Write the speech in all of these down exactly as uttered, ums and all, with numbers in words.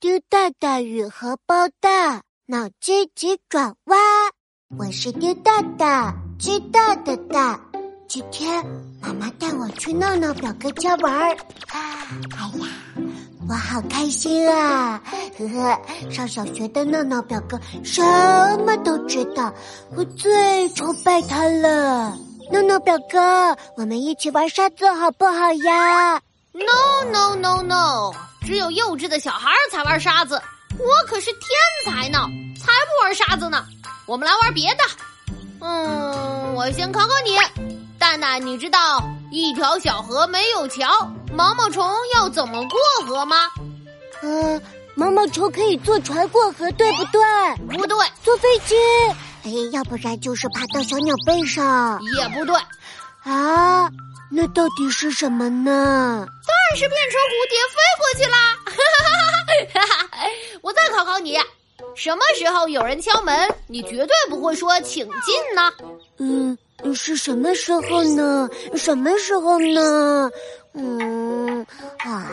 丢蛋蛋与荷包蛋，脑筋急转弯。我是丢蛋蛋，鸡蛋的蛋。今天妈妈带我去闹闹表哥家玩儿，啊，哎呀，我好开心啊！呵呵，上小学的闹闹表哥什么都知道，我最崇拜他了。闹闹表哥，我们一起玩沙子好不好呀？ No no no no， 只有幼稚的小孩才玩沙子，我可是天才呢，才不玩沙子呢。我们来玩别的。嗯，我先考考你，蛋蛋，你知道一条小河没有桥，毛毛虫要怎么过河吗？ 呃，毛毛虫可以坐船过河，对不对？ 不对。 坐飞机？哎，要不然就是爬到小鸟背上。 也不对。 啊，那到底是什么呢？ 当然是变成蝴蝶飞过去啦！我再考考你，什么时候有人敲门，你绝对不会说请进呢？ 嗯，是什么时候呢？什么时候呢？嗯啊，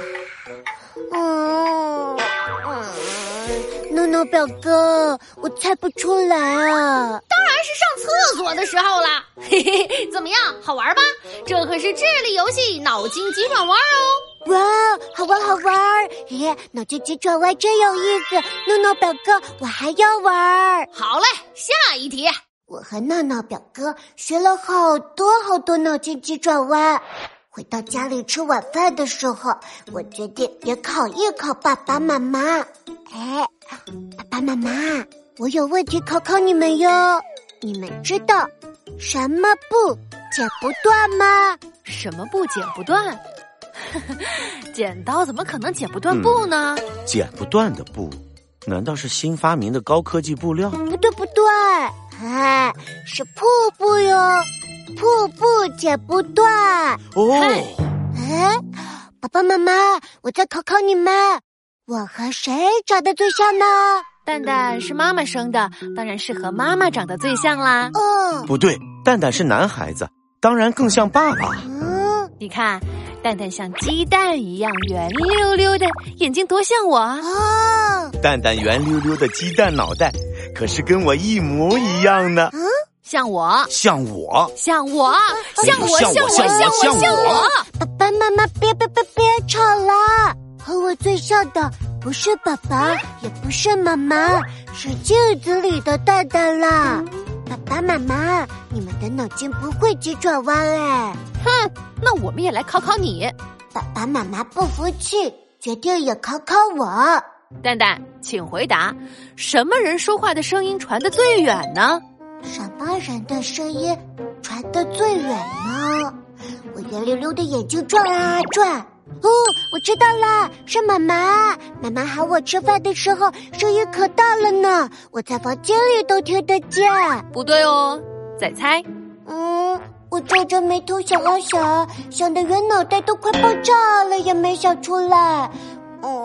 嗯嗯，闹闹表哥，我猜不出来啊。 当然是上厕所的时候啦。嘿嘿，怎么样，好玩吧？这可是智力游戏，脑筋急转弯哦。 哇，好玩好玩！耶，脑筋急转弯真有意思。闹闹表哥，我还要玩。 好嘞，下一题。 我和闹闹表哥学了好多好多脑筋急转弯。回到家里吃晚饭的时候，我决定也考一考爸爸妈妈。哎，爸爸妈妈，我有问题考考你们哟。你们知道什么布剪不断吗？ 什么布剪不断？剪刀怎么可能剪不断布呢？ 嗯、剪不断的布，难道是新发明的高科技布料？ 不对不对，哎，是瀑布哟，瀑布剪不断。 哦， 哎，爸爸妈妈，我再考考你们，我和谁长得最像呢？ 蛋蛋是妈妈生的，当然是和妈妈长得最像啦。 哦， 不对，蛋蛋是男孩子，当然更像爸爸。 嗯， 你看。蛋蛋像鸡蛋一样圆溜溜的，眼睛多像我啊！ 哦， 蛋蛋圆溜溜的鸡蛋脑袋，可是跟我一模一样呢。 嗯， 像我， 像我， 像我，像我， 像我， 像我，像我！ 爸爸妈妈，别别别别吵了！和我最像的不是爸爸，也不是妈妈，是镜子里的蛋蛋啦。爸爸妈妈，你们的脑筋不会急转弯哎！ 哼，那我们也来考考你。 爸爸妈妈不服气，决定也考考我。 蛋蛋，请回答：什么人说话的声音传得最远呢？ 什么人的声音传得最远呢？我圆溜溜的眼睛转啊转。哦，我知道了，是妈妈。妈妈喊我吃饭的时候，声音可大了呢，我在房间里都听得见。 不对哦，再猜。 嗯，我皱着眉头想啊想，想得圆脑袋都快爆炸了，也没想出来。嗯，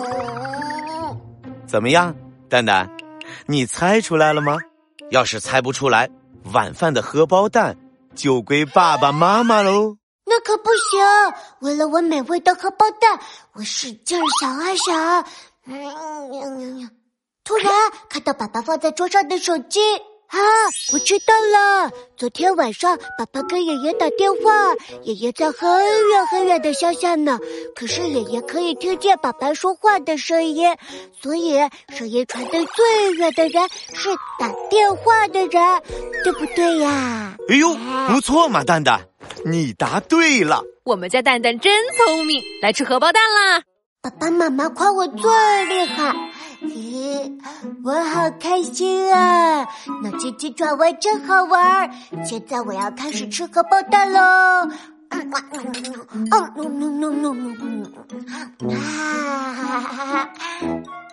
怎么样，蛋蛋，你猜出来了吗？要是猜不出来，晚饭的荷包蛋就归爸爸妈妈喽。 那可不行！为了我美味的荷包蛋，我使劲想啊想。嗯，突然看到爸爸放在桌上的手机啊，我知道了。昨天晚上爸爸跟爷爷打电话，爷爷在很远很远的乡下呢，可是爷爷可以听见爸爸说话的声音，所以声音传得最远的人是打电话的人，对不对呀？ 哎呦，不错嘛，蛋蛋。你答对了， 我们家蛋蛋真聪明，来吃荷包蛋啦！ 爸爸妈妈夸我最厉害，咦，我好开心啊！脑筋急转弯真好玩，现在我要开始吃荷包蛋喽！嗯嗯嗯嗯嗯嗯嗯嗯啊！